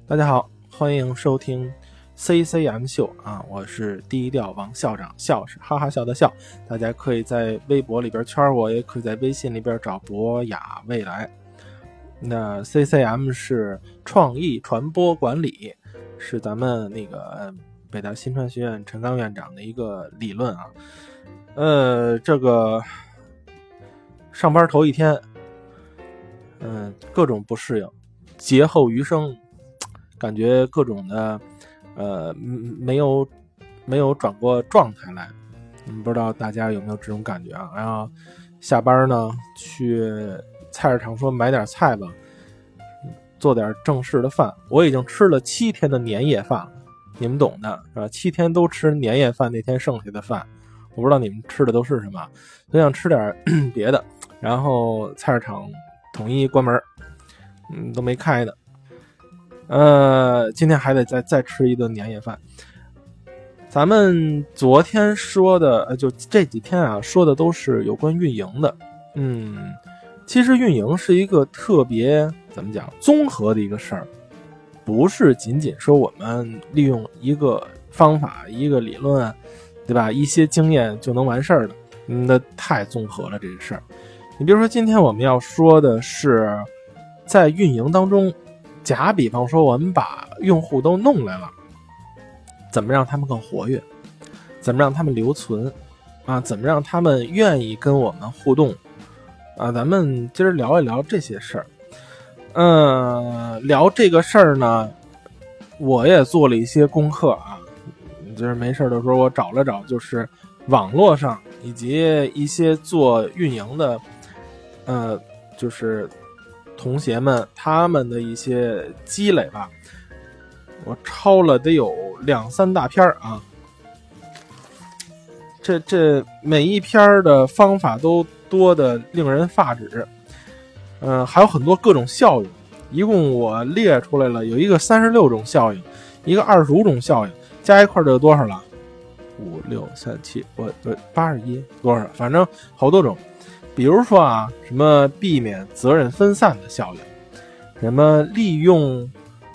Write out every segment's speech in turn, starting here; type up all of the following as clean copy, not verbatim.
大家好，欢迎收听 CCM 秀啊，我是低调王校长，笑是哈哈笑的笑。大家可以在微博里边圈我，也可以在微信里边找博雅未来。那 CCM 是创意传播管理，是咱们那个北大新传学院陈刚院长的一个理论啊。这个上班头一天，各种不适应，劫后余生，感觉各种的没有转过状态来。不知道大家有没有这种感觉啊？然后下班呢，去菜市场说买点菜吧，做点正式的饭。我已经吃了7天的年夜饭了，你们懂的是吧？7天都吃年夜饭那天剩下的饭，我不知道你们吃的都是什么，就想吃点别的。然后菜市场统一关门，都没开呢。今天还得再吃一顿年夜饭。咱们昨天说的，就这几天啊，说的都是有关运营的。其实运营是一个特别怎么讲综合的一个事儿，不是仅仅说我们利用一个方法、一个理论，对吧？一些经验就能完事儿的，那太综合了这个事儿。你比如说，今天我们要说的是，在运营当中，假比方说我们把用户都弄来了，怎么让他们更活跃，怎么让他们留存啊，怎么让他们愿意跟我们互动啊，咱们今儿聊一聊这些事儿。聊这个事儿呢，我也做了一些功课啊，就是没事的时候我找了找，就是网络上以及一些做运营的就是同学们他们的一些积累吧，我抄了得有2-3大篇啊。这每一篇的方法都多的令人发指，还有很多各种效应，一共我列出来了，有一个36种效应，一个25种效应，加一块就有多少了？5、6、3、7，我81多少？反正好多种。比如说啊，什么避免责任分散的效应，什么利用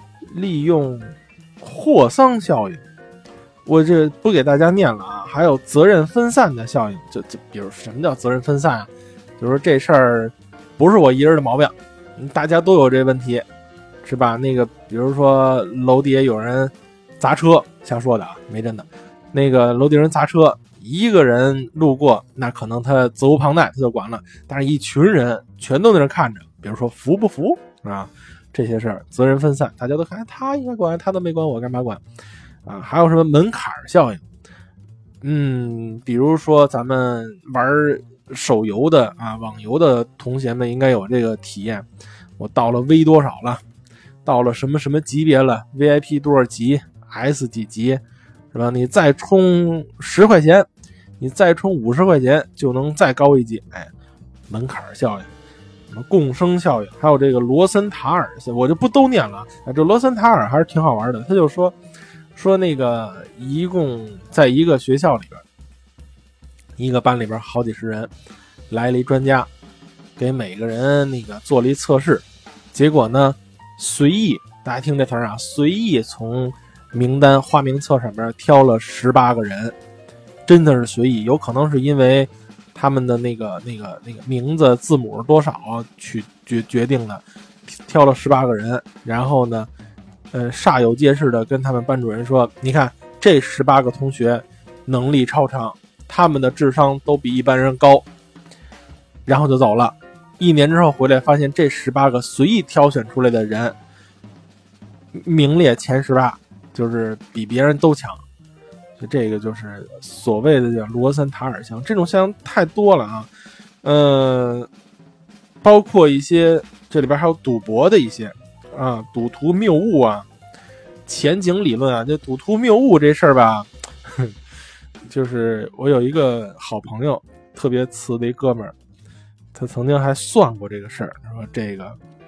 霍桑效应，我这不给大家念了啊。还有责任分散的效应，就比如什么叫责任分散啊？就是说这事儿不是我一人的毛病，大家都有这问题，是吧？那个比如说楼底下有人砸车，瞎说的啊，没真的。那个楼底人砸车，一个人路过，那可能他责无旁贷，他就管了。但是一群人全都在那看着，比如说服不服啊？这些事儿责任分散，大家都看他应该管，他都没管，我干嘛管啊？还有什么门槛效应？比如说咱们玩手游的啊，网游的同学们应该有这个体验。我到了 V 多少了，到了什么什么级别了 ，VIP 多少级 ，S 几级，是吧？你再充10块钱，你再充50块钱就能再高一级，门槛效应。什么共生效应，还有这个罗森塔尔，我就不都念了。这罗森塔尔还是挺好玩的，他就说那个一共在一个学校里边，一个班里边好几十人，来了一专家，给每个人那个做了一测试，结果呢随意，大家听这词儿啊，随意从名单花名册上边挑了18个人，真的是随意，有可能是因为他们的那个名字字母多少去决定的，挑了18个人，然后呢，煞有介事的跟他们班主任说，你看这18个同学能力超常，他们的智商都比一般人高，然后就走了。1年之后回来，发现这18个随意挑选出来的人名列前18，就是比别人都强。这个就是所谓的叫罗森塔尔效应，这种效应太多了啊。包括一些这里边还有赌博的一些啊，赌徒谬误啊，前景理论啊，这赌徒谬误这事儿吧，就是我有一个好朋友，特别慈的一哥们儿，他曾经还算过这个事儿，说这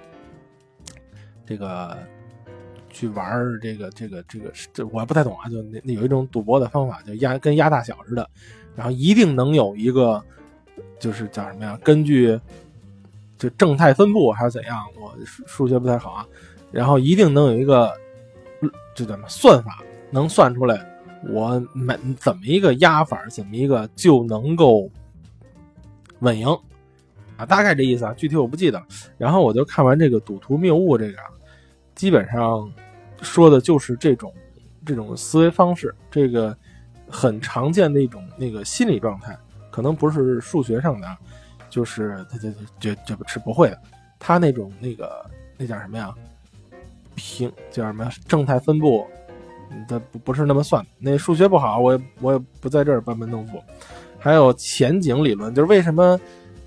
个。去玩这个我不太懂啊，就那有一种赌博的方法，就跟压大小似的，然后一定能有一个就是叫什么呀？根据就正态分布还是怎样？我数学不太好啊，然后一定能有一个就怎么算法能算出来我怎么一个压法，怎么一个就能够稳赢啊，大概这意思啊，具体我不记得。然后我就看完这个赌徒谬误这个，基本上说的就是这种思维方式，这个很常见的一种那个心理状态，可能不是数学上的，就是他是不会的，他那种那叫什么呀？叫什么正态分布，它不是那么算的。那数学不好，我也不在这儿班门弄斧。还有前景理论，就是为什么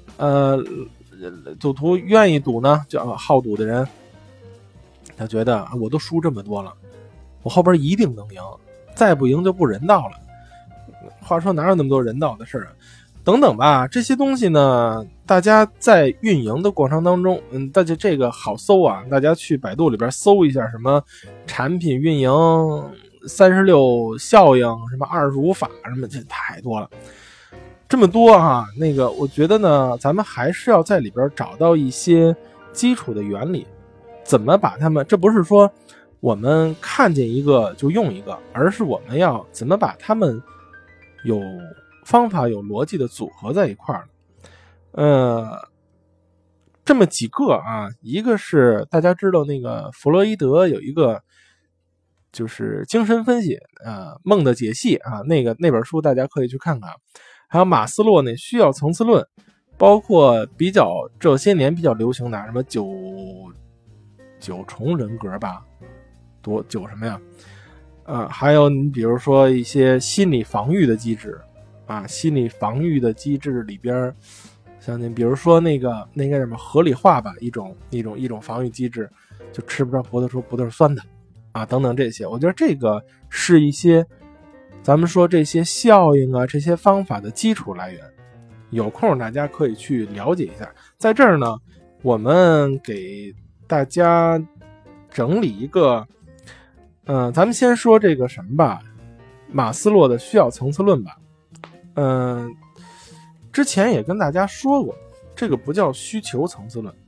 赌徒愿意赌呢？叫好赌的人，他觉得我都输这么多了，我后边一定能赢，再不赢就不人道了。话说哪有那么多人道的事啊？等等吧，这些东西呢，大家在运营的过程当中，大家这个好搜啊，大家去百度里边搜一下什么产品运营36效应，什么25法，什么这太多了，这么多啊。那个我觉得呢，咱们还是要在里边找到一些基础的原理，怎么把它们，这不是说我们看见一个就用一个，而是我们要怎么把它们有方法有逻辑的组合在一块儿。这么几个啊，一个是大家知道那个弗洛伊德有一个就是精神分析梦的解析啊，那本书大家可以去看看。还有马斯洛那需要层次论，包括这些年比较流行的什么九重人格吧，九什么呀？还有你比如说一些心理防御的机制啊，心理防御的机制里边，像你比如说那个什么合理化吧，一种防御机制，就吃不着葡萄说葡萄是酸的啊，等等这些，我觉得这个是一些咱们说这些效应啊，这些方法的基础来源，有空大家可以去了解一下。在这儿呢，我们给大家整理一个，咱们先说这个什么吧，马斯洛的需要层次论吧。之前也跟大家说过，这个不叫需求层次论，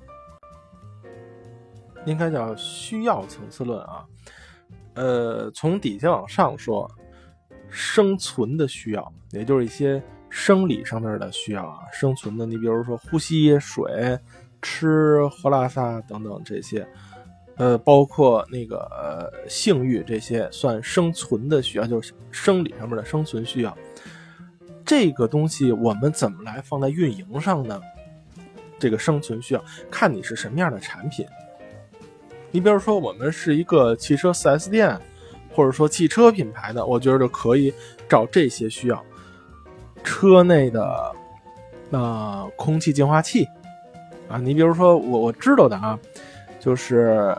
应该叫需要层次论啊。从底下往上说，生存的需要，也就是一些生理上面的需要啊，生存的，你比如说呼吸、水、吃、喝拉撒等等这些，包括那个性欲，这些算生存的需要，就是生理上面的生存需要。这个东西我们怎么来放在运营上呢？这个生存需要看你是什么样的产品。你比如说我们是一个汽车 4S 店，或者说汽车品牌的，我觉得就可以找这些需要。车内的空气净化器啊，你比如说我知道的啊，就是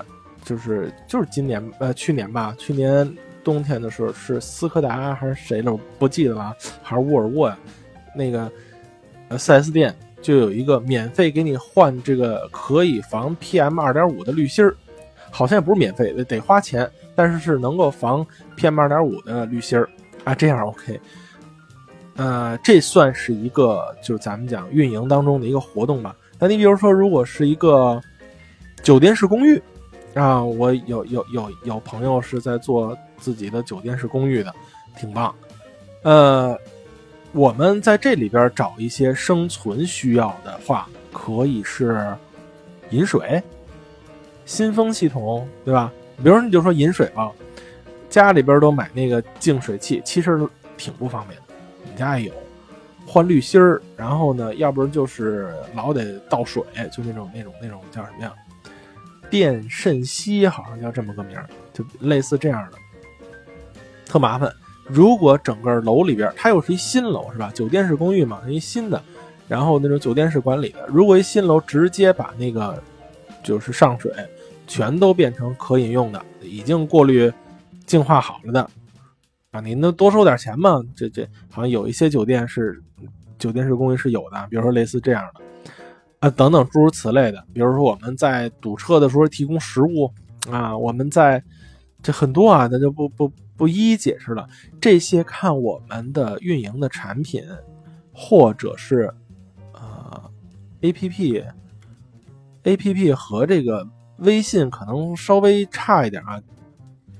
去年吧，去年冬天的时候是斯柯达还是谁了，我不记得了，还是沃尔沃呀，那个4S 店就有一个免费给你换这个可以防 PM2.5 的滤芯儿，好像也不是免费的，得花钱，但是是能够防 PM2.5 的滤芯儿啊，这样 OK。这算是一个就是咱们讲运营当中的一个活动吧。那你比如说，如果是一个酒店式公寓啊，我有朋友是在做自己的酒店式公寓的，挺棒。我们在这里边找一些生存需要的话，可以是饮水、新风系统，对吧？比如说你就说饮水吧，家里边都买那个净水器，其实挺不方便的。你家也有换滤芯儿，然后呢，要不然就是老得倒水，就那种叫什么呀？电渗吸好像叫这么个名儿，就类似这样的，特麻烦。如果整个楼里边，它又是一新楼是吧？酒店式公寓嘛，是一新的，然后那种酒店式管理的，如果一新楼直接把那个就是上水全都变成可饮用的，已经过滤净化好了的啊，你能多收点钱吗？这好像有一些酒店式公寓是有的，比如说类似这样的啊，等等诸如此类的。比如说我们在堵车的时候提供食物啊，我们在这很多啊，那就不一一解释了。这些看我们的运营的产品，或者是APP 和这个微信可能稍微差一点啊。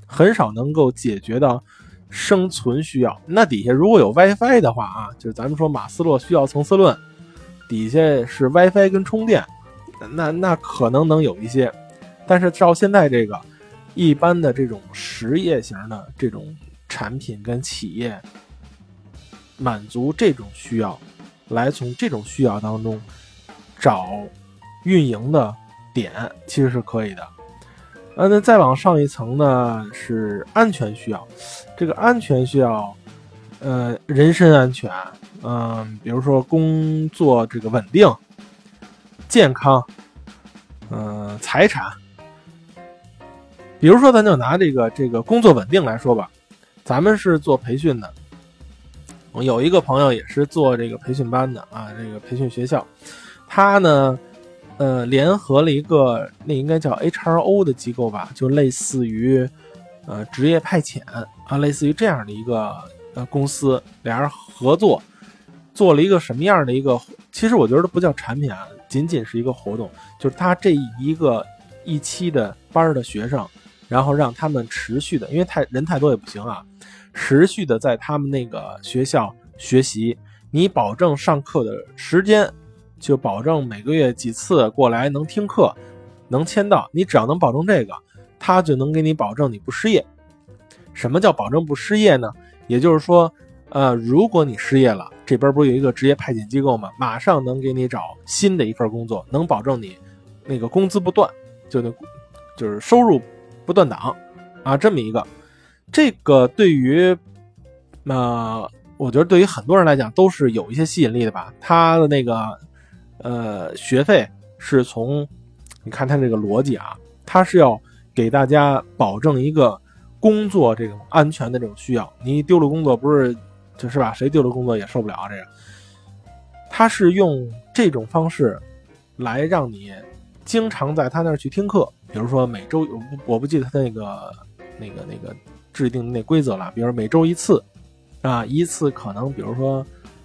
很少能够解决到生存需要。那底下如果有 WiFi 的话啊，就是咱们说马斯洛需要层次论，底下是 WiFi 跟充电，那可能能有一些。但是照现在这个一般的这种实业型的这种产品跟企业满足这种需要，来从这种需要当中找运营的点，其实是可以的。那再往上一层呢是安全需要。这个安全需要人身安全，比如说工作这个稳定、健康，财产。比如说咱就拿这个工作稳定来说吧，咱们是做培训的，我有一个朋友也是做这个培训班的啊，这个培训学校，他呢联合了一个那应该叫 HRO 的机构吧，就类似于职业派遣啊，类似于这样的一个公司，俩人合作做了一个什么样的一个，其实我觉得不叫产品啊，仅仅是一个活动，就是他这一期的班的学生，然后让他们持续的，因为人太多也不行啊，持续的在他们那个学校学习，你保证上课的时间，就保证每个月几次过来能听课能签到，你只要能保证这个，他就能给你保证你不失业。什么叫保证不失业呢？也就是说如果你失业了，这边不是有一个职业派遣机构吗？马上能给你找新的一份工作，能保证你那个工资不断，就是收入不断档啊，这么一个。这个对于我觉得对于很多人来讲都是有一些吸引力的吧。他的那个学费是从，你看他这个逻辑啊，他是要给大家保证一个工作这种安全的这种需要。你丢了工作不是就是吧，谁丢了工作也受不了这个。他是用这种方式来让你经常在他那儿去听课，比如说每周，我不记得他那个制定的那规则了，比如说每周一次啊，一次可能比如说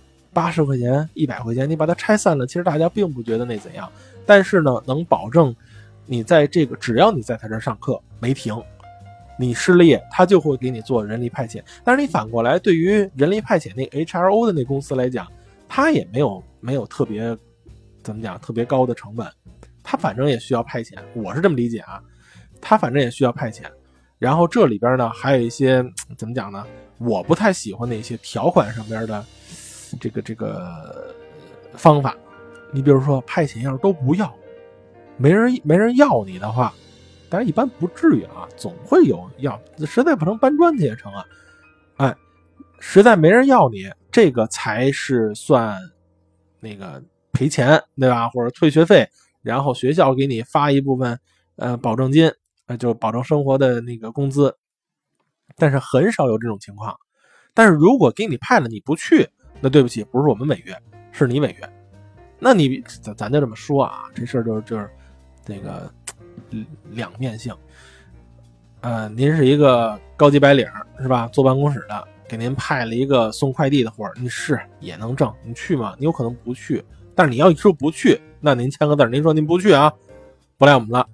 80块钱、100块钱，你把它拆散了，其实大家并不觉得那怎样，但是呢，能保证你在这个，只要你在他这儿上课没停，你失了业，他就会给你做人力派遣。但是你反过来，对于人力派遣那 HRO 的那公司来讲，他也没有特别怎么讲特别高的成本，他反正也需要派遣，我是这么理解啊，他反正也需要派遣。然后这里边呢还有一些怎么讲呢，我不太喜欢的一些条款上边的这个方法。你比如说派遣要是都不要，没人要你的话，当然一般不至于啊，总会有要，实在不成搬砖去也成啊。哎，实在没人要你，这个才是算那个赔钱，对吧？或者退学费，然后学校给你发一部分保证金，就保证生活的那个工资。但是很少有这种情况。但是如果给你派了你不去，那对不起，不是我们违约，是你违约。那你咱就这么说啊，这事儿就是这个两面性。您是一个高级白领是吧？坐办公室的，给您派了一个送快递的活儿，你是也能挣，你去吗？你有可能不去，但是你要一说不去，那您签个字，您说您不去啊，不来我们了，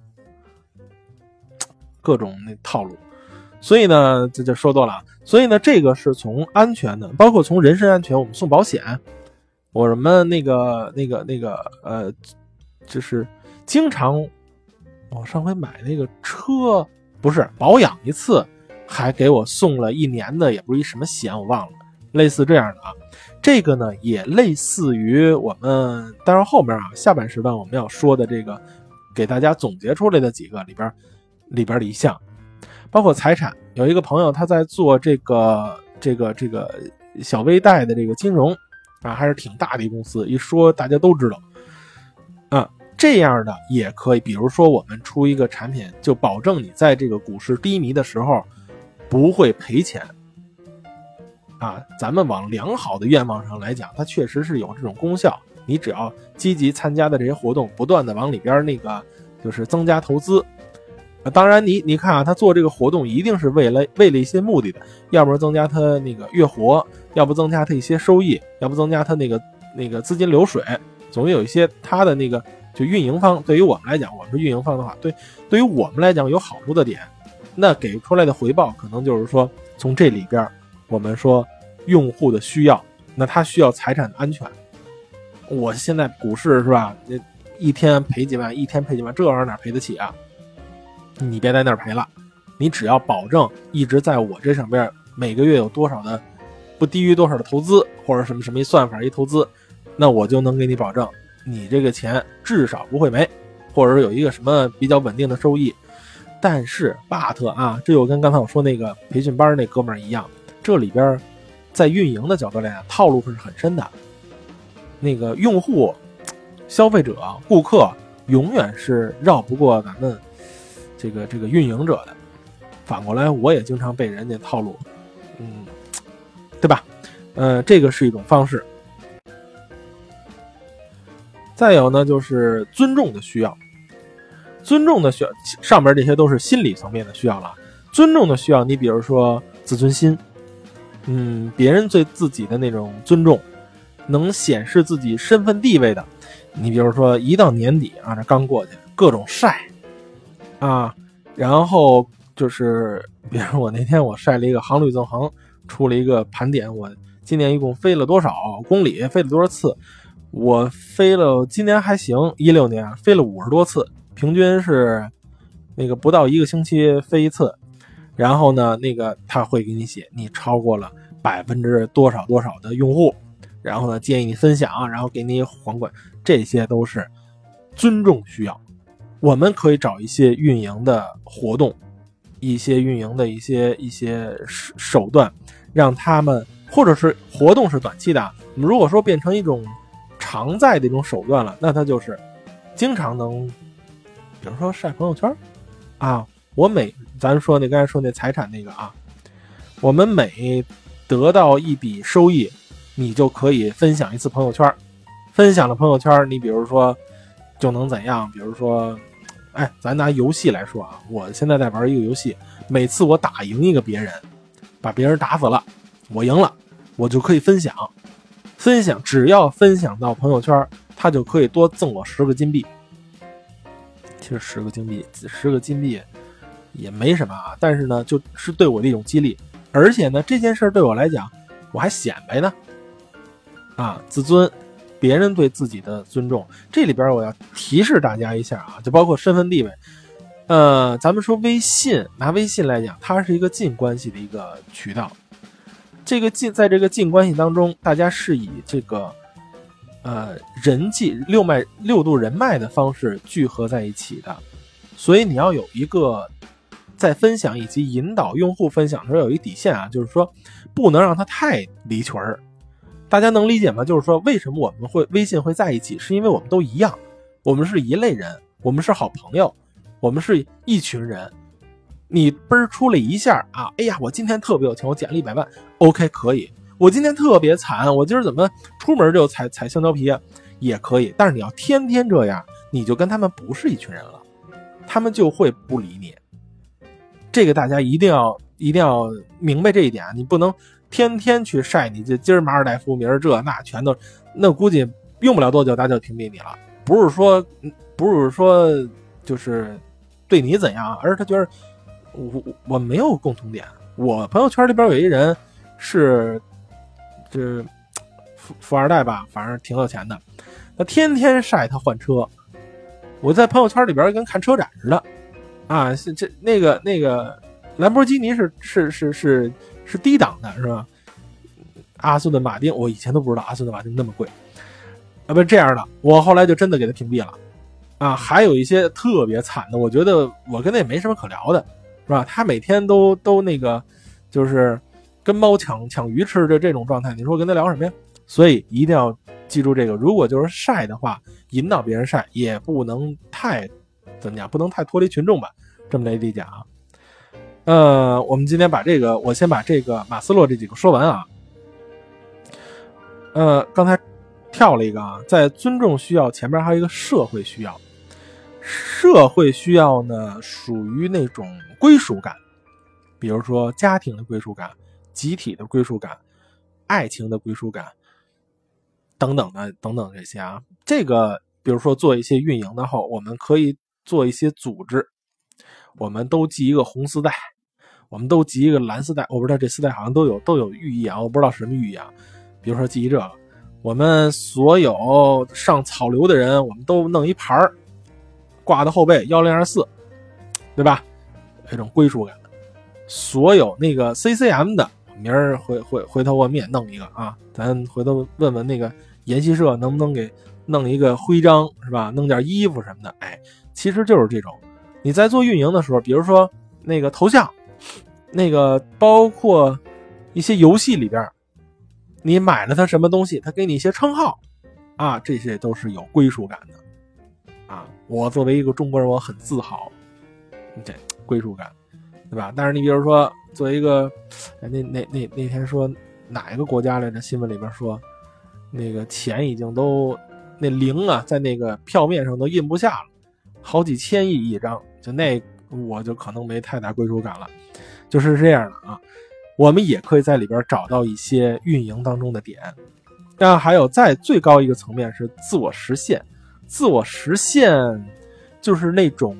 各种那套路。所以呢，这就说多了。所以呢，这个是从安全的，包括从人身安全，我们送保险，我们就是经常，我上回买那个车不是保养一次，还给我送了1年的，也不是一什么险，我忘了，类似这样的啊。这个呢，也类似于我们，当然后面啊下半时段我们要说的这个，给大家总结出来的几个里边的一项。包括财产，有一个朋友他在做这个小微贷的这个金融啊，还是挺大的一公司，一说大家都知道啊。这样的也可以，比如说我们出一个产品，就保证你在这个股市低迷的时候不会赔钱啊。咱们往良好的愿望上来讲，它确实是有这种功效。你只要积极参加的这些活动，不断的往里边那个就是增加投资。当然你看啊，他做这个活动一定是为了一些目的的，要不然增加他那个月活，要不增加他一些收益，要不增加他那个资金流水，总有一些他的那个就运营方。对于我们来讲，我们是运营方的话，对于我们来讲有好处的点， 那给出来的回报可能就是说，从这里边我们说用户的需要，那他需要财产的安全。我现在股市是吧，一天赔几万，一天赔几万，这玩意儿哪赔得起啊？你别在那儿赔了，你只要保证一直在我这上边每个月有多少的不低于多少的投资，或者什么一算法一投资，那我就能给你保证你这个钱至少不会没，或者是有一个什么比较稳定的收益。但是 but 啊，这就跟刚才我说那个培训班那哥们儿一样，这里边在运营的角度来讲，套路是很深的。那个用户、消费者、顾客永远是绕不过咱们这个运营者的。反过来，我也经常被人家套路，对吧？这个是一种方式。再有呢，就是尊重的需要。尊重的需要，上边这些都是心理层面的需要了。尊重的需要，你比如说自尊心，别人对自己的那种尊重，能显示自己身份地位的。你比如说一到年底啊，这刚过去，各种晒啊，然后就是比如我那天我晒了一个航旅纵横，出了一个盘点，我今年一共飞了多少公里，飞了多少次。我飞了，今年还行，16年飞了50多次，平均是那个不到1个星期飞一次。然后呢，那个他会给你写你超过了%多少多少的用户，然后呢建议你分享，然后给你皇冠，这些都是尊重需要。我们可以找一些运营的活动，一些运营的一些手段，让他们，或者是活动是短期的，如果说变成一种常在的一种手段了，那它就是经常能，比如说晒朋友圈啊，咱说那刚才说那财产那个啊，我们每得到一笔收益，你就可以分享一次朋友圈，分享了朋友圈，你比如说就能怎样？比如说，咱拿游戏来说啊，我现在在玩一个游戏，每次我打赢一个别人，把别人打死了，我赢了，我就可以分享，只要分享到朋友圈，他就可以多赠我10个金币。其实10个金币也没什么啊，但是呢，就是对我的一种激励。而且呢，这件事对我来讲，我还显摆呢，自尊，别人对自己的尊重。这里边我要提示大家一下啊，就包括身份地位。咱们说拿微信来讲，它是一个近关系的一个渠道。在这个近关系当中，大家是以这个人际六度人脉的方式聚合在一起的，所以你要有一个在分享以及引导用户分享的时候有一底线啊，就是说不能让它太离群儿。大家能理解吗？就是说为什么我们微信会在一起，是因为我们都一样，我们是一类人，我们是好朋友，我们是一群人。你嘣出了一下啊，哎呀，我今天特别有钱，我捡了100万 ，OK 可以。我今天特别惨，我今儿怎么出门就踩香蕉皮啊，也可以。但是你要天天这样，你就跟他们不是一群人了，他们就会不理你。这个大家一定要明白这一点啊！你不能天天去晒你这今儿马尔代夫，明儿这那全都，那估计用不了多久大家就屏蔽你了。不是说就是对你怎样，而是他觉得我没有共同点。我朋友圈里边有一人是这富二代吧，反正挺有钱的，他天天晒他换车。我在朋友圈里边跟看车展似的啊，那个兰博基尼是低档的是吧？阿斯顿马丁，我以前都不知道阿斯顿马丁那么贵啊，不是这样的，我后来就真的给他屏蔽了啊。还有一些特别惨的，我觉得我跟他也没什么可聊的，是吧？他每天都那个就是跟猫抢鱼吃的这种状态，你说跟他聊什么呀？所以一定要记住这个，如果就是晒的话，引导别人晒也不能太怎么讲，不能太脱离群众吧，这么来理解啊。我们今天我先把这个马斯洛这几个说完啊。刚才跳了一个啊，在尊重需要前面还有一个社会需要。社会需要呢，属于那种归属感，比如说家庭的归属感、集体的归属感、爱情的归属感等等这些啊。这个比如说做一些运营的话，我们可以做一些组织， 我们都系一个红丝带，我们都系一个蓝丝带，我不知道这丝带好像都有寓意啊，我不知道什么寓意啊。比如说系这个，我们所有上草榴的人，我们都弄一牌挂到后背1024，对吧？这种归属感。所有那个 CCM 的，明儿回头我们也弄一个啊，咱回头问问那个研习社能不能给弄一个徽章，是吧？弄件衣服什么的，其实就是这种。你在做运营的时候，比如说那个头像，那个包括一些游戏里边，你买了它什么东西，它给你一些称号啊，这些都是有归属感的啊。我作为一个中国人，我很自豪，这归属感。对吧？但是你比如说，作为一个，那天说哪一个国家来着？新闻里边说，那个钱已经都那零啊，在那个票面上都印不下了，好几千亿一张，就那我就可能没太大归属感了。就是这样的啊，我们也可以在里边找到一些运营当中的点。当然还有在最高一个层面是自我实现，自我实现就是那种。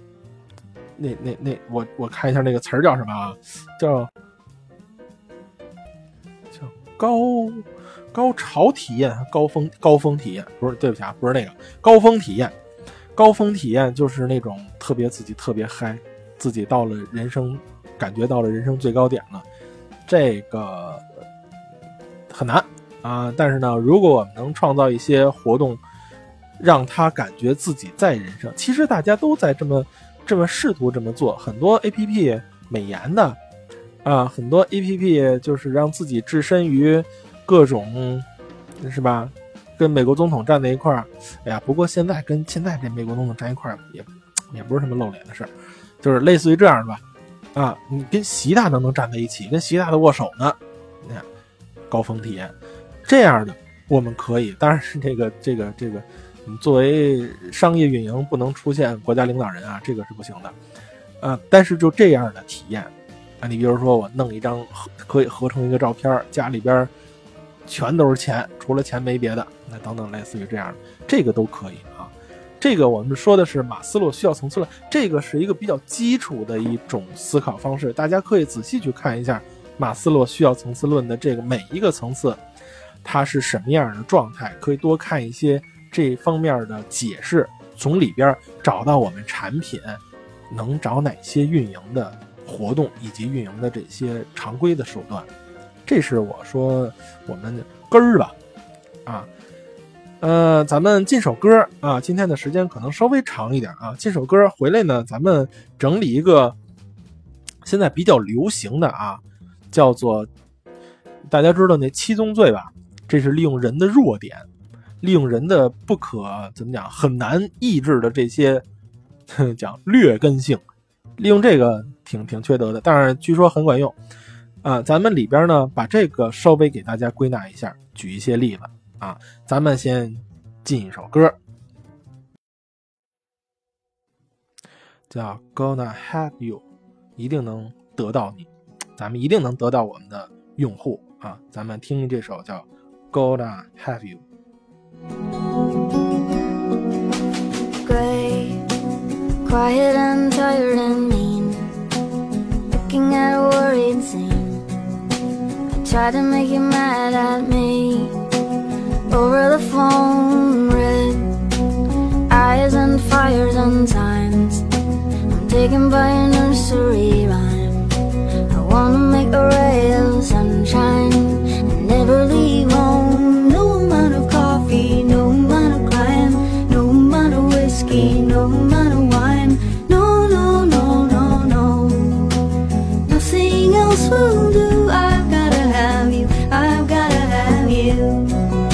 我看一下那个词儿叫什么啊？叫高潮体验，高峰体验，不是，对不起啊，不是那个高峰体验。高峰体验就是那种自己特别嗨，自己到了人生，感觉到了人生最高点了，这个很难啊。但是呢，如果我们能创造一些活动，让他感觉自己在人生，其实大家都在这么试图这么做，很多 APP 美颜的啊，很多 APP 就是让自己置身于各种，是吧？跟美国总统站在一块儿，哎呀，不过现在这美国总统站一块儿也不是什么露脸的事儿，就是类似于这样的吧。啊，你跟习大能站在一起，跟习大的握手呢，你看高峰体验，这样的我们可以，当然是这个。作为商业运营不能出现国家领导人啊，这个是不行的，但是就这样的体验啊，你比如说我弄一张可以合成一个照片，家里边全都是钱，除了钱没别的，那等等类似于这样的，这个都可以啊。这个我们说的是马斯洛需要层次论，这个是一个比较基础的一种思考方式，大家可以仔细去看一下马斯洛需要层次论的这个每一个层次，它是什么样的状态，可以多看一些这方面的解释，从里边找到我们产品能找哪些运营的活动以及运营的这些常规的手段，这是我说我们根儿吧。咱们进首歌啊，今天的时间可能稍微长一点啊。进首歌回来呢，咱们整理一个现在比较流行的啊，叫做大家知道那七宗罪吧？这是利用人的弱点。利用人的不可怎么讲很难抑制的这些讲劣根性，利用这个挺缺德的，但是据说很管用啊。咱们里边呢把这个稍微给大家归纳一下，举一些例子啊。咱们先进一首歌，叫 Gonna Have You， 一定能得到你，咱们一定能得到我们的用户啊。咱们听这首叫 Gonna Have You。Gray, quiet and tired and mean, looking at a worried scene. I tried to make you mad at me over the phone. Red eyes and fires and signs, I'm taken by a nursery rhyme. I wanna make a ray of sunshine and never leave home. No amount of coffee, no amount of crying, no amount of whiskey, no amount of wine. No, no, no, no, no, nothing else will do. I've gotta have you, I've gotta have you.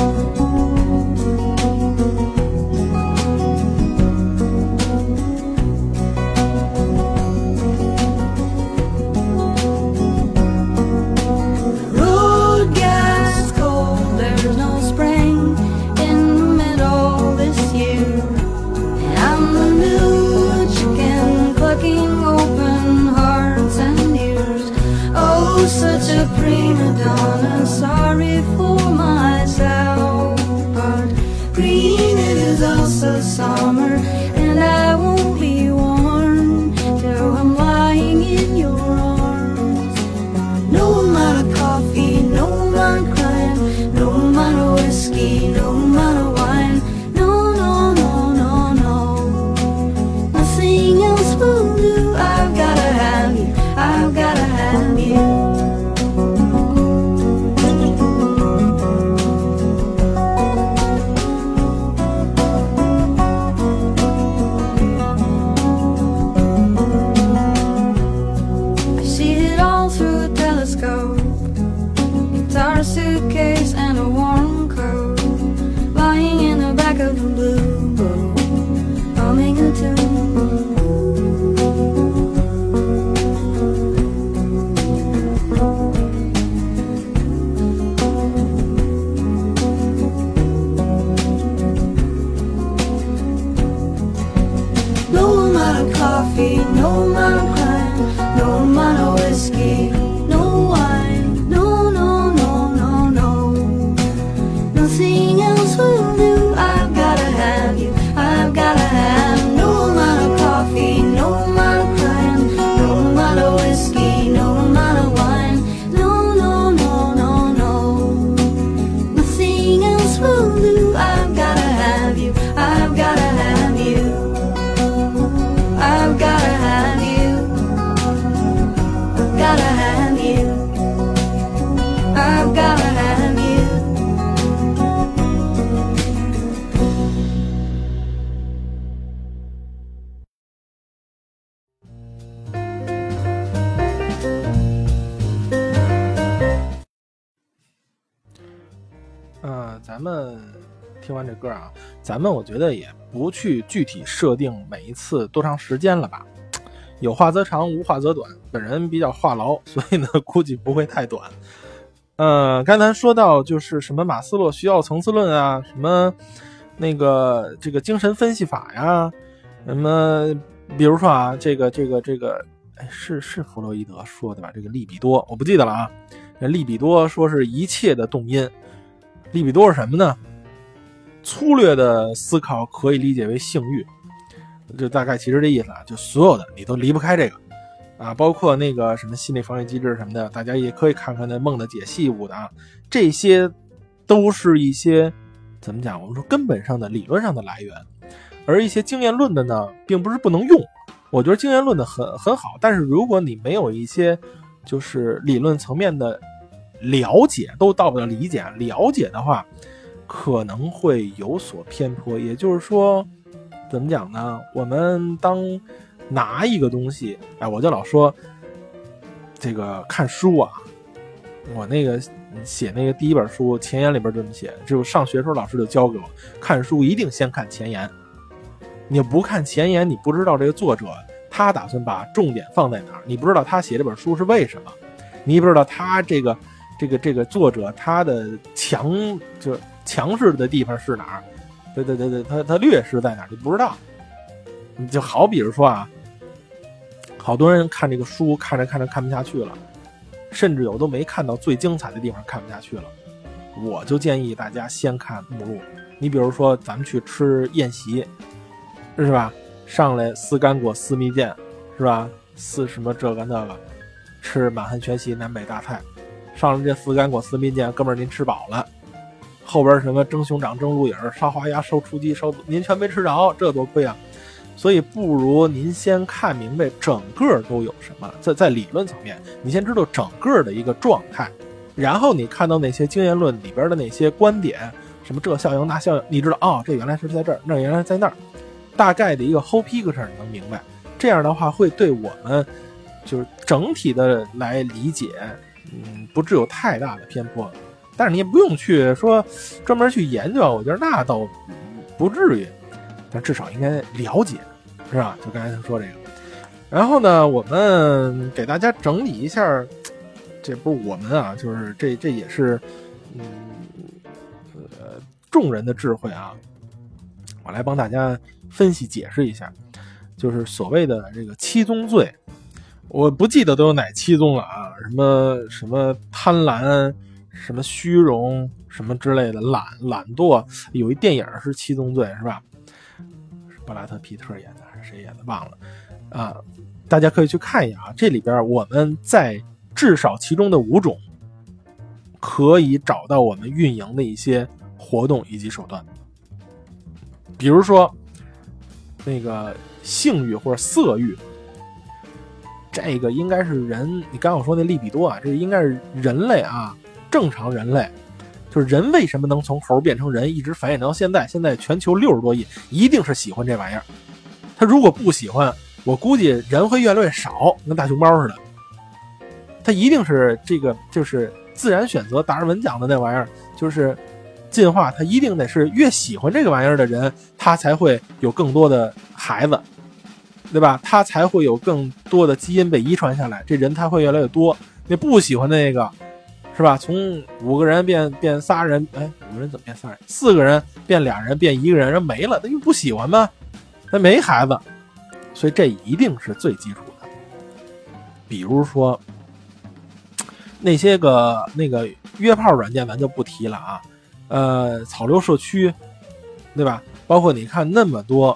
Prima donna, sorry for myself, but green it is also summer, and I won't be warm till coffee, no amount of crime, no amount of whiskey, no wine, no, no, no, no, no. Nothing else will do. I've gotta have you. I've gotta have no amount of coffee, no amount of crime, no amount of whiskey, no amount of wine, no, no, no, no, no. Nothing else will do. I've gotta have you. I've gotta have you. I've gotta have you. I've gotta have you. I've gotta have you. 咱们听完这歌啊，咱们我觉得也不去具体设定每一次多长时间了吧，有话则长，无话则短。本人比较话痨，所以呢估计不会太短。刚才说到就是什么马斯洛需要层次论啊，什么那个这个精神分析法呀，什么比如说啊，这个是弗洛伊德说的吧？这个利比多我不记得了啊。利比多说是一切的动因。利比多是什么呢？粗略的思考可以理解为性欲，就大概其实这意思啊，就所有的你都离不开这个啊，包括那个什么心理防御机制什么的，大家也可以看看那梦的解析物的啊，这些都是一些怎么讲？我们说根本上的理论上的来源，而一些经验论的呢，并不是不能用。我觉得经验论的很好，但是如果你没有一些就是理论层面的了解，都到不了理解，了解的话可能会有所偏颇。也就是说怎么讲呢，我们当拿一个东西，我就老说这个看书啊，我那个写那个第一本书前言里边这么写，就上学时候老师就教给我，看书一定先看前言，你不看前言，你不知道这个作者他打算把重点放在哪儿，你不知道他写这本书是为什么，你不知道他这个作者他的强势的地方是哪儿，对，他劣势在哪儿，你不知道。你就好比如说啊，好多人看这个书看着看不下去了，甚至有都没看到最精彩的地方看不下去了，我就建议大家先看目录。你比如说咱们去吃宴席是吧，上来丝干果丝蜜饯是吧，丝什么这个那个，吃满汉全席南北大菜，上来这丝干果丝蜜饯，哥们儿您吃饱了，后边什么蒸熊掌蒸鹿眼烧花鸭烧雏鸡烧您全没吃着，这多亏啊。所以不如您先看明白整个都有什么，在理论层面你先知道整个的一个状态，然后你看到那些经验论里边的那些观点，什么这效应那效应，你知道哦，这原来是在这儿，那原来在那儿，大概的一个 whole picture 能明白。这样的话会对我们就是整体的来理解不致有太大的偏颇。但是你也不用去说专门去研究，我觉得那倒不至于，但至少应该了解，是吧？就刚才他说这个。然后呢，我们给大家整理一下，这不是我们啊，就是这也是众人的智慧啊，我来帮大家分析解释一下，就是所谓的这个七宗罪，我不记得都有哪七宗了啊，什么贪婪，什么虚荣，什么之类的，懒惰，有一电影是七宗罪是吧？布拉特皮特演的还是谁演的忘了啊？大家可以去看一下啊，这里边我们在至少其中的5种可以找到我们运营的一些活动以及手段。比如说那个性欲或者色欲，这个应该是人，你刚刚我说那利比多啊，这应该是人类啊，正常人类，就是人为什么能从猴变成人，一直繁衍到现在全球60多亿，一定是喜欢这玩意儿。他如果不喜欢，我估计人会越来越少，跟大熊猫似的。他一定是这个就是自然选择，达尔文讲的那玩意儿，就是进化，他一定得是越喜欢这个玩意儿的人，他才会有更多的孩子，对吧？他才会有更多的基因被遗传下来，这人才会越来越多。那不喜欢的那个，是吧？从5个人变仨人，哎，5个人怎么变仨人？4个人变2人，变1个人，人没了，他就不喜欢吗？他没孩子， 所以这一定是最基础的。比如说那些个那个约炮软件咱就不提了啊，草榴社区，对吧？包括你看那么多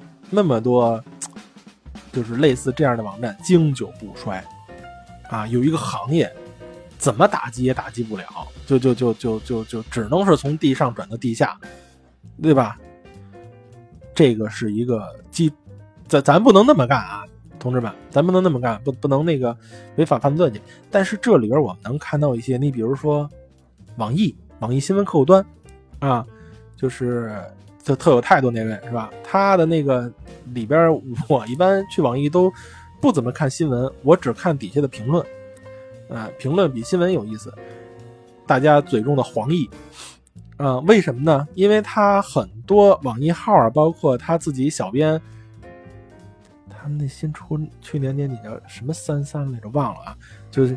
就是类似这样的网站经久不衰啊，有一个行业怎么打击也打击不了，就只能是从地上转到地下，对吧？这个是一个咱不能那么干啊，同志们，咱不能那么干，不能那个违法犯罪去。但是这里边我们能看到一些，你比如说网易新闻客户端啊，就特有态度那位是吧？他的那个里边，我一般去网易都不怎么看新闻，我只看底下的评论，评论比新闻有意思。大家嘴中的黄易，为什么呢？因为他很多网易号啊，包括他自己小编，他们那新出去年年底叫什么33来着，忘了啊，就是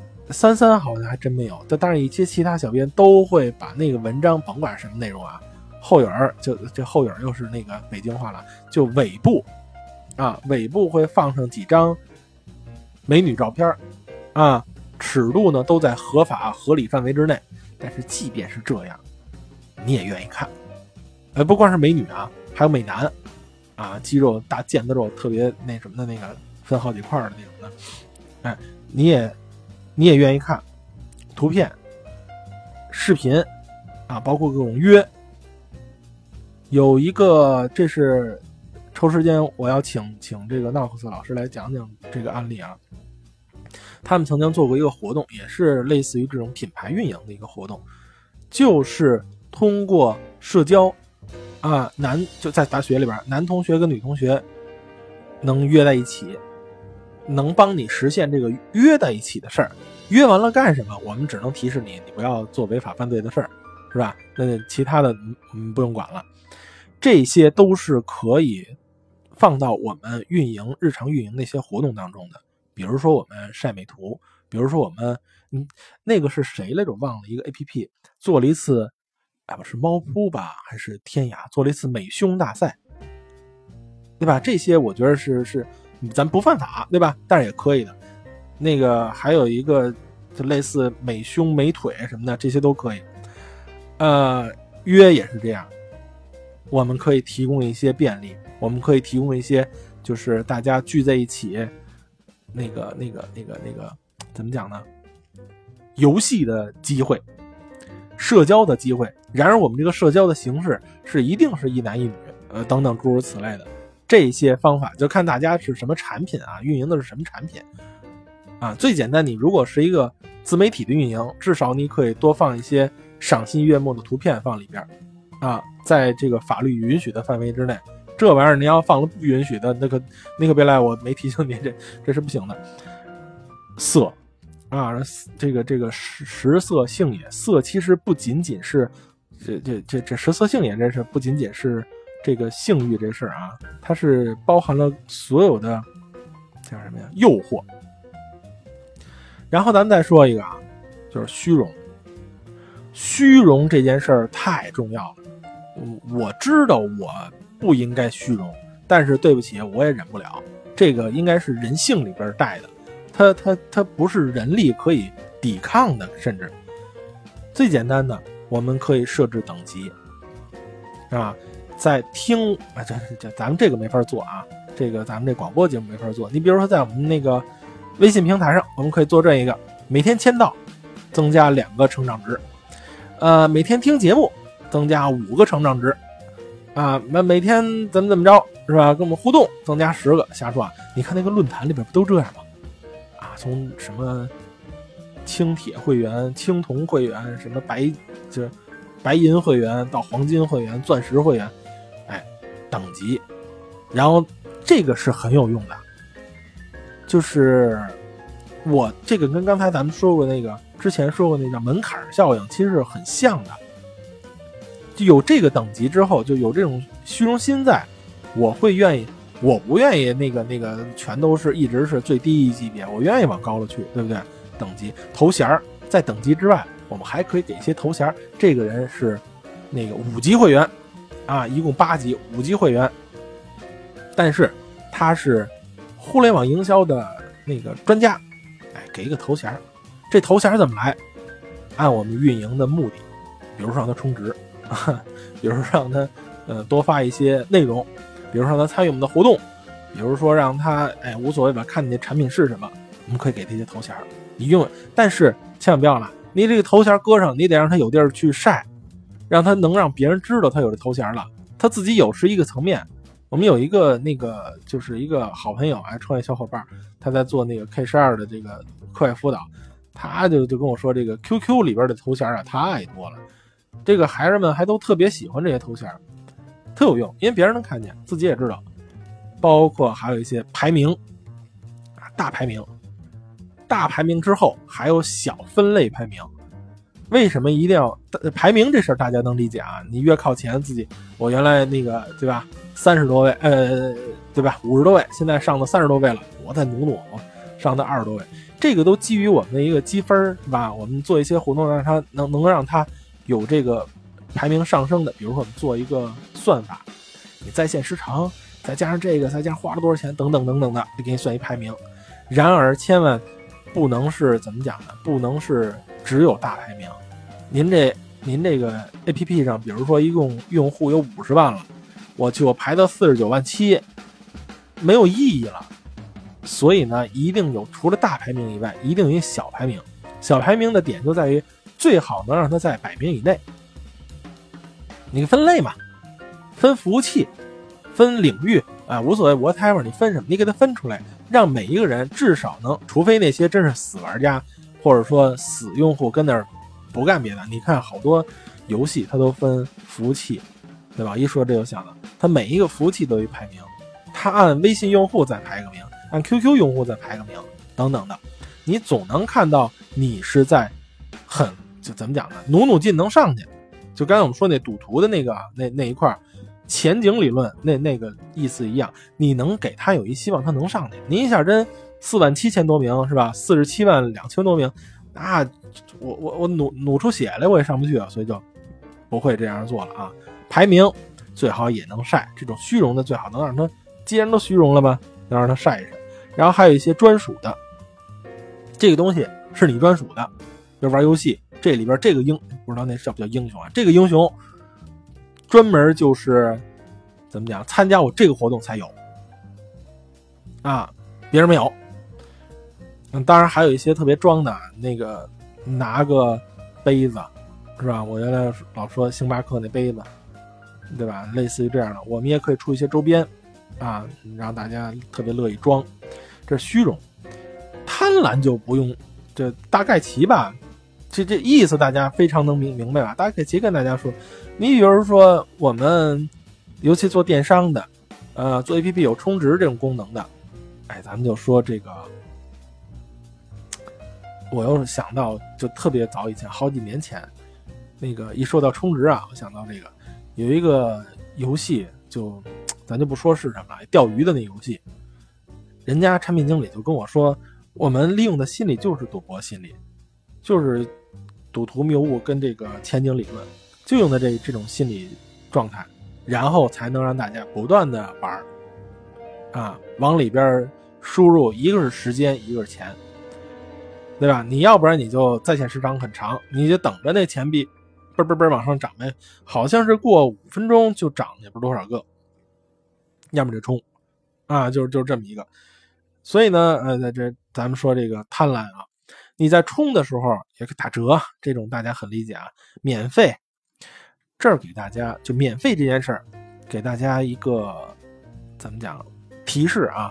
33好像还真没有，但是一些其他小编都会把那个文章甭管什么内容啊。后影就这后影又是那个北京话了，就尾部啊，尾部会放上几张美女照片啊，尺度呢都在合法合理范围之内。但是即便是这样，你也愿意看。不光是美女啊，还有美男啊，肌肉大腱子肉特别那什么的那个分好几块的那种的，你也愿意看图片、视频啊，包括各种约。有一个，这是抽时间我要请这个 Nox 老师来讲讲这个案例啊。他们曾经做过一个活动，也是类似于这种品牌运营的一个活动，就是通过社交啊，就在大学里边，男同学跟女同学能约在一起，能帮你实现这个约在一起的事儿。约完了干什么？我们只能提示你不要做违法犯罪的事儿，是吧？那其他的不用管了。这些都是可以放到我们日常运营的一些活动当中的，比如说我们晒美图，比如说我们那个是谁来着忘了，一个 APP 做了一次是猫扑吧还是天涯做了一次美胸大赛，对吧？这些我觉得是咱不犯法，对吧？但是也可以的。那个还有一个就类似美胸美腿什么的，这些都可以。约也是这样，我们可以提供一些便利，我们可以提供一些就是大家聚在一起那个怎么讲呢？游戏的机会，社交的机会。然而我们这个社交的形式是一定是一男一女，等等诸如此类的。这些方法就看大家是什么产品啊，运营的是什么产品啊。最简单，你如果是一个自媒体的运营，至少你可以多放一些赏心悦目的图片放里边啊，在这个法律允许的范围之内。这玩意儿你要放了不允许的，那个别来我没提醒你，这是不行的。色啊，这个食色性也，色其实不仅仅是这食色性也，这是不仅仅是这个性欲这事儿啊，它是包含了所有的叫什么呀？诱惑。然后咱们再说一个啊，就是虚荣。虚荣这件事儿太重要了。我知道我不应该虚荣，但是对不起，我也忍不了。这个应该是人性里边带的，它不是人力可以抵抗的，甚至最简单的，我们可以设置等级啊。在听咱们这个没法做啊，这个咱们这广播节目没法做。你比如说在我们那个微信平台上，我们可以做这一个，每天签到增加2个成长值，每天听节目增加5个成长值啊，每天怎么着是吧？跟我们互动增加10个。瞎说啊，你看那个论坛里边不都这样吗？啊，从什么轻铁会员、青铜会员，什么白银会员到黄金会员、钻石会员，等级。然后这个是很有用的，就是我这个跟刚才咱们说过那个之前说过那叫门槛效应，其实是很像的。就有这个等级之后，就有这种虚荣心在，我不愿意那个全都是一直是最低一级别，我愿意往高了去，对不对？等级头衔在等级之外，我们还可以给一些头衔，这个人是那个5级会员啊，一共8级5级会员，但是他是互联网营销的那个专家，给一个头衔，这头衔怎么来？按我们运营的目的，比如说让他充值，比如说让他多发一些内容，比如说让他参与我们的活动，比如说让他无所谓吧，看你的产品是什么，我们可以给他一些头衔，你用，但是千万不要了，你这个头衔搁上，你得让他有地儿去晒，让他能让别人知道他有这头衔了，他自己有是一个层面。我们有一个就是一个好朋友创业小伙伴，他在做那个 K12 的这个课外辅导，他就跟我说，这个 QQ 里边的头衔太多了，这个孩子们还都特别喜欢这些头衔，特有用，因为别人能看见，自己也知道。包括还有一些排名大排名，大排名之后还有小分类排名。为什么一定要排名这事儿大家能理解啊？你越靠前自己，我原来那个对吧，30多位对吧，50多位，现在上到30多位了，我再努努，上到20多位，这个都基于我们的一个积分是吧？我们做一些活动让它能让它有这个排名上升的，比如说我们做一个算法，你在线时长再加上这个再加上花了多少钱等等等等的，就给你算一排名。然而千万不能是怎么讲呢？不能是只有大排名。您这个 APP 上，比如说一共用户有50万了，我排到49万7，没有意义了。所以呢，一定有除了大排名以外，一定有一小排名。小排名的点就在于最好能让它在100名以内。你分类嘛，分服务器，分领域无所谓 whatever， 你分什么，你给它分出来，让每一个人至少能，除非那些真是死玩家或者说死用户跟那儿不干别的，你看好多游戏它都分服务器，对吧？一说这就想了，它每一个服务器都有一排名，它按微信用户再排个名，按 QQ 用户再排个名等等的，你总能看到你是在就怎么讲呢，努劲能上去。就刚才我们说那赌徒的那一块前景理论那个意思一样，你能给他有一希望他能上去。您一下真4万7千多名是吧，47万2千多名，那我努出血来我也上不去啊，所以就不会这样做了啊。排名最好也能晒，这种虚荣的最好能让他，既然都虚荣了吧，能让他晒一晒。然后还有一些专属的，这个东西是你专属的，就玩游戏这里边这个不知道那叫不叫英雄啊，这个英雄专门就是怎么讲，参加我这个活动才有啊，别人没有。当然还有一些特别装的，那个拿个杯子是吧，我原来老说星巴克那杯子对吧，类似于这样的，我们也可以出一些周边啊，让大家特别乐意装，这是虚荣。贪婪就不用，这大概齐吧，这意思大家非常能明白吧？大概齐跟大家说，你比如说我们尤其做电商的做 APP 有充值这种功能的，咱们就说这个，我又想到就特别早以前好几年前，那个一说到充值啊，我想到这个有一个游戏，就咱就不说是什么了，钓鱼的那游戏，人家产品经理就跟我说，我们利用的心理就是赌博心理，就是赌徒谬误跟这个前景理论，就用的这种心理状态，然后才能让大家不断的玩往里边输入，一个是时间，一个是钱，对吧？你要不然你就在线时长很长，你就等着那钱币嘣往上涨呗，好像是过5分钟就涨也不知道多少个，要么就冲就是这么一个。所以呢这咱们说这个贪婪啊，你在冲的时候也可以打折，这种大家很理解啊。免费，这儿给大家就免费这件事儿给大家一个怎么讲提示啊，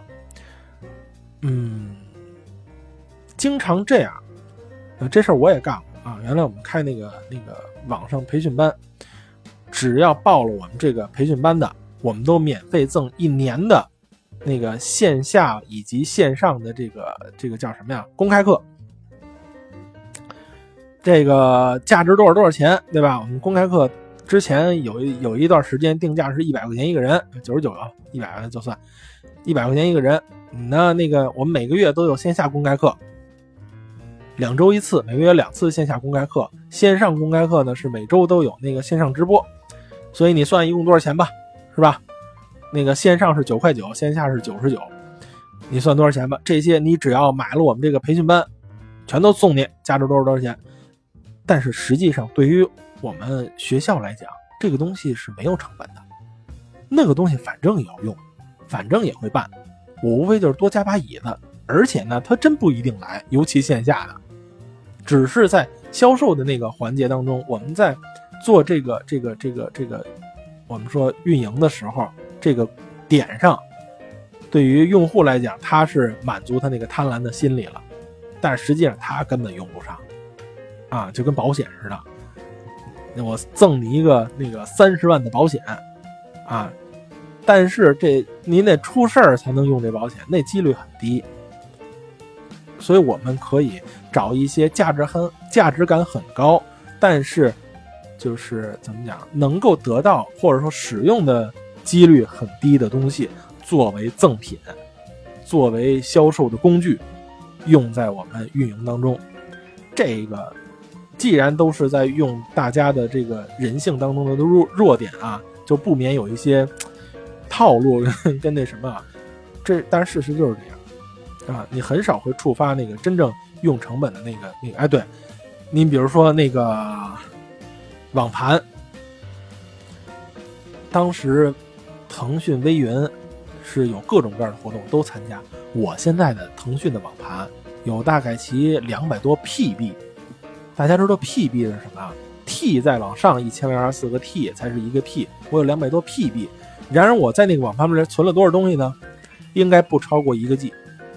经常这样，这事儿我也干过啊。原来我们开那个网上培训班，只要报了我们这个培训班的，我们都免费赠1年的那个线下以及线上的这个叫什么呀？公开课。这个价值多少钱，对吧？我们公开课之前有一段时间定价是100块钱一个人，99啊，100块就算100块钱一个人。那个我们每个月都有线下公开课，2周1次，每个月2次线下公开课，线上公开课呢是每周都有那个线上直播，所以你算一共多少钱吧，是吧？ 那个线上是9.9块，线下是99，你算多少钱吧？这些你只要买了我们这个培训班，全都送你，价值多少钱？但是实际上对于我们学校来讲，这个东西是没有成本的，那个东西反正也要用，反正也会办，我无非就是多加把椅子，而且呢，他真不一定来，尤其线下的，只是在销售的那个环节当中，我们在做这个我们说运营的时候，这个点上，对于用户来讲，他是满足他那个贪婪的心理了，但实际上他根本用不上啊，就跟保险似的，我赠你一个那个30万的保险啊，但是这您得出事儿才能用这保险，那几率很低。所以我们可以找一些价值感很高，但是就是怎么讲，能够得到或者说使用的几率很低的东西，作为赠品，作为销售的工具，用在我们运营当中。这个既然都是在用大家的这个人性当中的弱点啊，就不免有一些套路跟那什么啊，但是事实就是这样。啊，你很少会触发那个真正用成本的那个，哎，对，你比如说那个网盘，当时腾讯微云是有各种各样的活动都参加。我现在的腾讯的网盘有大概其200多 PB， 大家知道 PB 是什么 ？T 再往上1024个 T 才是一个 P， 我有200多 PB。然而我在那个网盘里存了多少东西呢？应该不超过1个 G。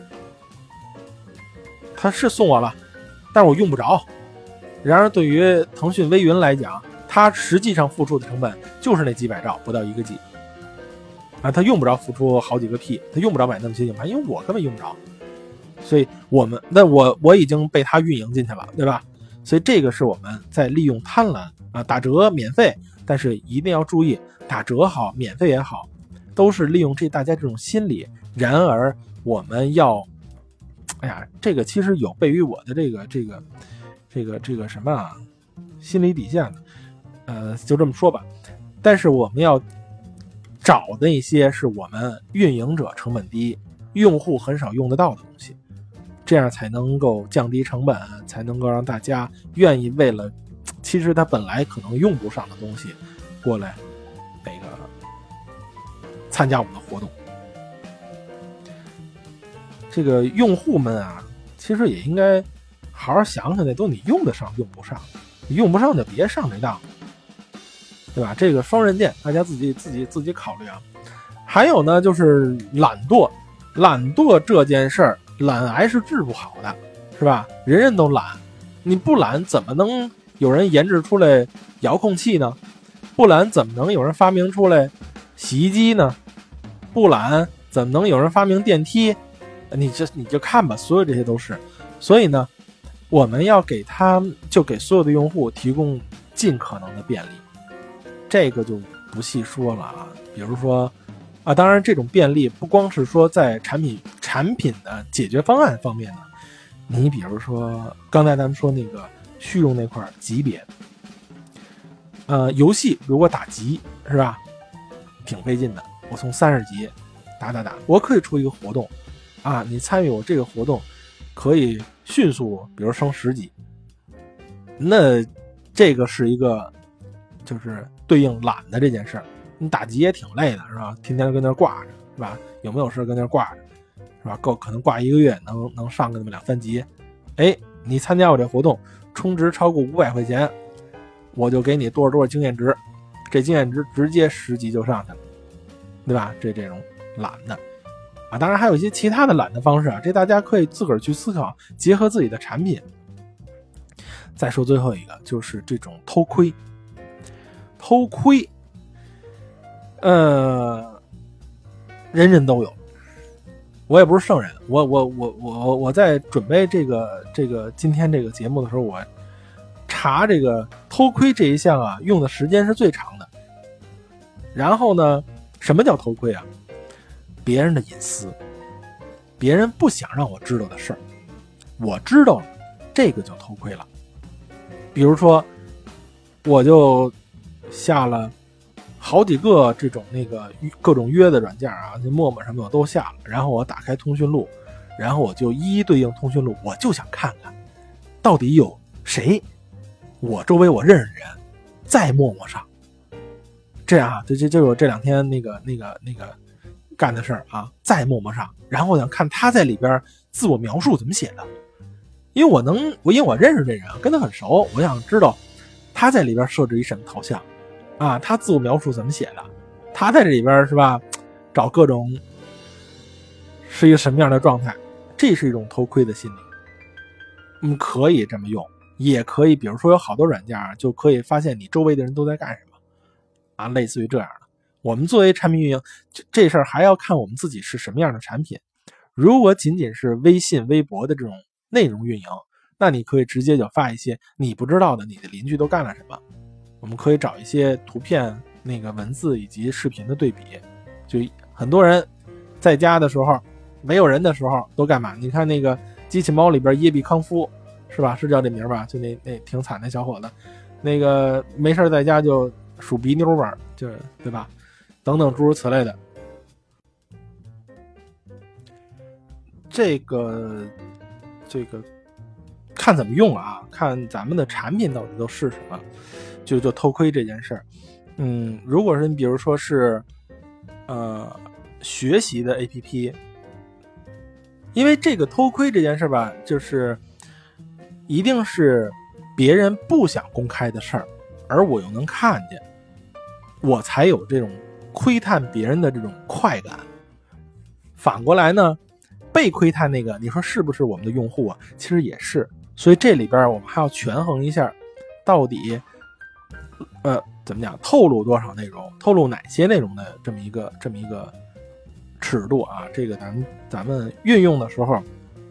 他是送我了，但是我用不着。然而对于腾讯微云来讲，它实际上付出的成本就是那几百兆，不到1个 G 啊，他用不着付出好几个 P， 他用不着买那么些硬盘，因为我根本用不着。所以我已经被他运营进去了，对吧？所以这个是我们在利用贪婪啊，打折免费，但是一定要注意，打折好，免费也好，都是利用大家这种心理。然而我们要，哎呀，这个其实有悖于我的这个什么啊，心理底线的，就这么说吧。但是我们要找的一些是我们运营者成本低，用户很少用得到的东西，这样才能够降低成本，才能够让大家愿意为了其实他本来可能用不上的东西过来那个参加我们的活动。这个用户们啊，其实也应该好好想想，那都你用得上用不上，你用不上就别上这当，对吧？这个双刃剑，大家自己考虑啊。还有呢，就是懒惰这件事儿，懒癌是治不好的，是吧？人人都懒，你不懒怎么能有人研制出来遥控器呢？不懒怎么能有人发明出来洗衣机呢？不懒怎么能有人发明电梯？你就看吧，所有这些都是。所以呢，我们要给所有的用户提供尽可能的便利，这个就不细说了啊。比如说啊，当然这种便利不光是说在产品的解决方案方面的，你比如说刚才咱们说那个虚荣那块级别，游戏如果打级是吧，挺费劲的。我从30级打，我可以出一个活动啊，你参与我这个活动可以迅速比如升10级，那这个是一个就是对应懒的这件事儿。你打级也挺累的是吧，天天跟那挂着是吧，有没有事跟那挂着是吧，可能挂1个月能上个那么2-3级。哎，你参加我这活动充值超过500块钱，我就给你多少经验值，这经验值直接10级就上去了，对吧？这种懒的啊，当然还有一些其他的懒的方式啊，这大家可以自个儿去思考，结合自己的产品。再说最后一个，就是这种偷窥，人人都有。我也不是圣人，我在准备这个今天这个节目的时候，我查这个偷窥这一项啊，用的时间是最长的。然后呢，什么叫偷窥啊？别人的隐私，别人不想让我知道的事儿，我知道了，这个就偷窥了。比如说，我就下了好几个这种那个各种约的软件啊，就陌陌什么我都下了，然后我打开通讯录，然后我就一一对应通讯录，我就想看看到底有谁我周围我认识的人在陌陌上。这样啊，就我这2天那个干的事儿啊，在陌陌上，然后我想看他在里边自我描述怎么写的，因为我认识这人，跟他很熟，我想知道他在里边设置一什么头像啊，他自我描述怎么写的，他在这里边是吧，找各种是一个什么样的状态，这是一种偷窥的心理。可以这么用，也可以比如说有好多软件就可以发现你周围的人都在干什么啊，类似于这样的。我们作为产品运营，这事儿还要看我们自己是什么样的产品。如果仅仅是微信微博的这种内容运营，那你可以直接就发一些你不知道的你的邻居都干了什么，我们可以找一些图片那个文字以及视频的对比，就很多人在家的时候没有人的时候都干嘛，你看那个机器猫里边耶比康夫是吧，是叫这名吧，就那挺惨的小伙子，那个没事在家就数鼻妞玩，就是对吧，等等诸如此类的。这个看怎么用啊，看咱们的产品到底都是什么，就偷窥这件事儿。如果是你比如说是学习的 APP， 因为这个偷窥这件事吧，就是一定是别人不想公开的事儿，而我又能看见，我才有这种窥探别人的这种快感。反过来呢，被窥探那个，你说是不是我们的用户啊？其实也是。所以这里边我们还要权衡一下，到底怎么讲，透露多少内容，透露哪些内容的这么一个尺度啊。这个咱们运用的时候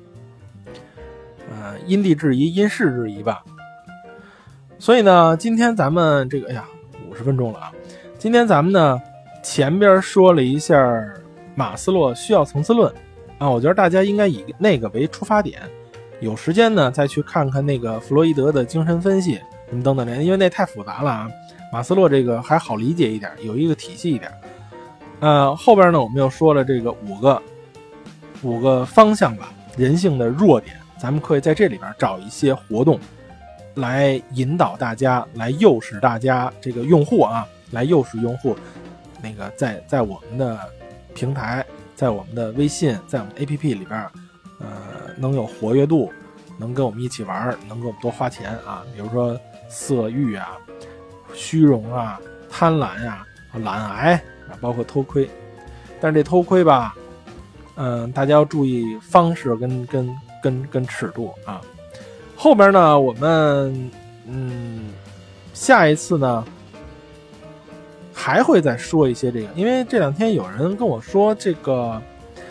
因地制宜，因事制宜吧。所以呢，今天咱们这个50分钟了啊。今天咱们呢前边说了一下马斯洛需要层次论啊，我觉得大家应该以那个为出发点，有时间呢再去看看那个弗洛伊德的精神分析什么等等，因为那太复杂了啊。马斯洛这个还好理解一点，有一个体系一点。后边呢我们又说了这个五个方向吧，人性的弱点，咱们可以在这里边找一些活动来引导大家，来诱使大家这个用户啊，来诱使用户那个在我们的平台，在我们的微信，在我们的 APP 里边能有活跃度，能跟我们一起玩，能给我们多花钱啊，比如说色欲啊、虚荣啊、贪婪啊、懒癌啊，包括偷窥。但是这偷窥吧，大家要注意方式跟尺度啊。后边呢，我们下一次呢还会再说一些这个，因为这2天有人跟我说这个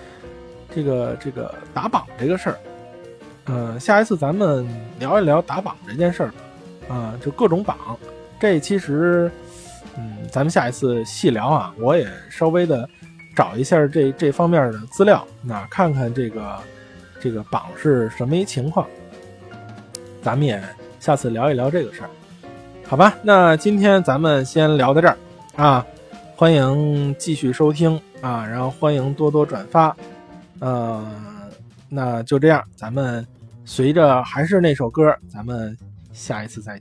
打榜这个事儿，下一次咱们聊一聊打榜这件事儿吧，就各种榜，这其实咱们下一次细聊啊，我也稍微的找一下这方面的资料，那看看这个榜是什么一情况，咱们也下次聊一聊这个事儿，好吧？那今天咱们先聊到这儿啊，欢迎继续收听啊，然后欢迎多多转发，那就这样，咱们随着还是那首歌，咱们下一次再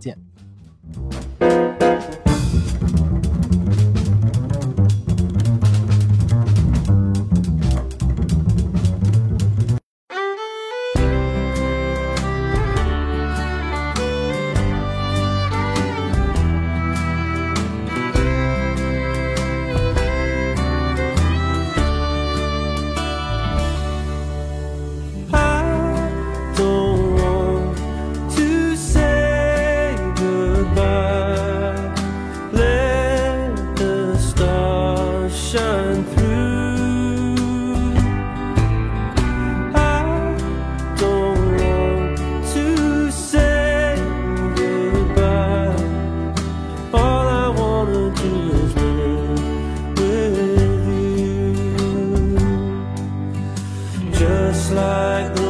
见。Just like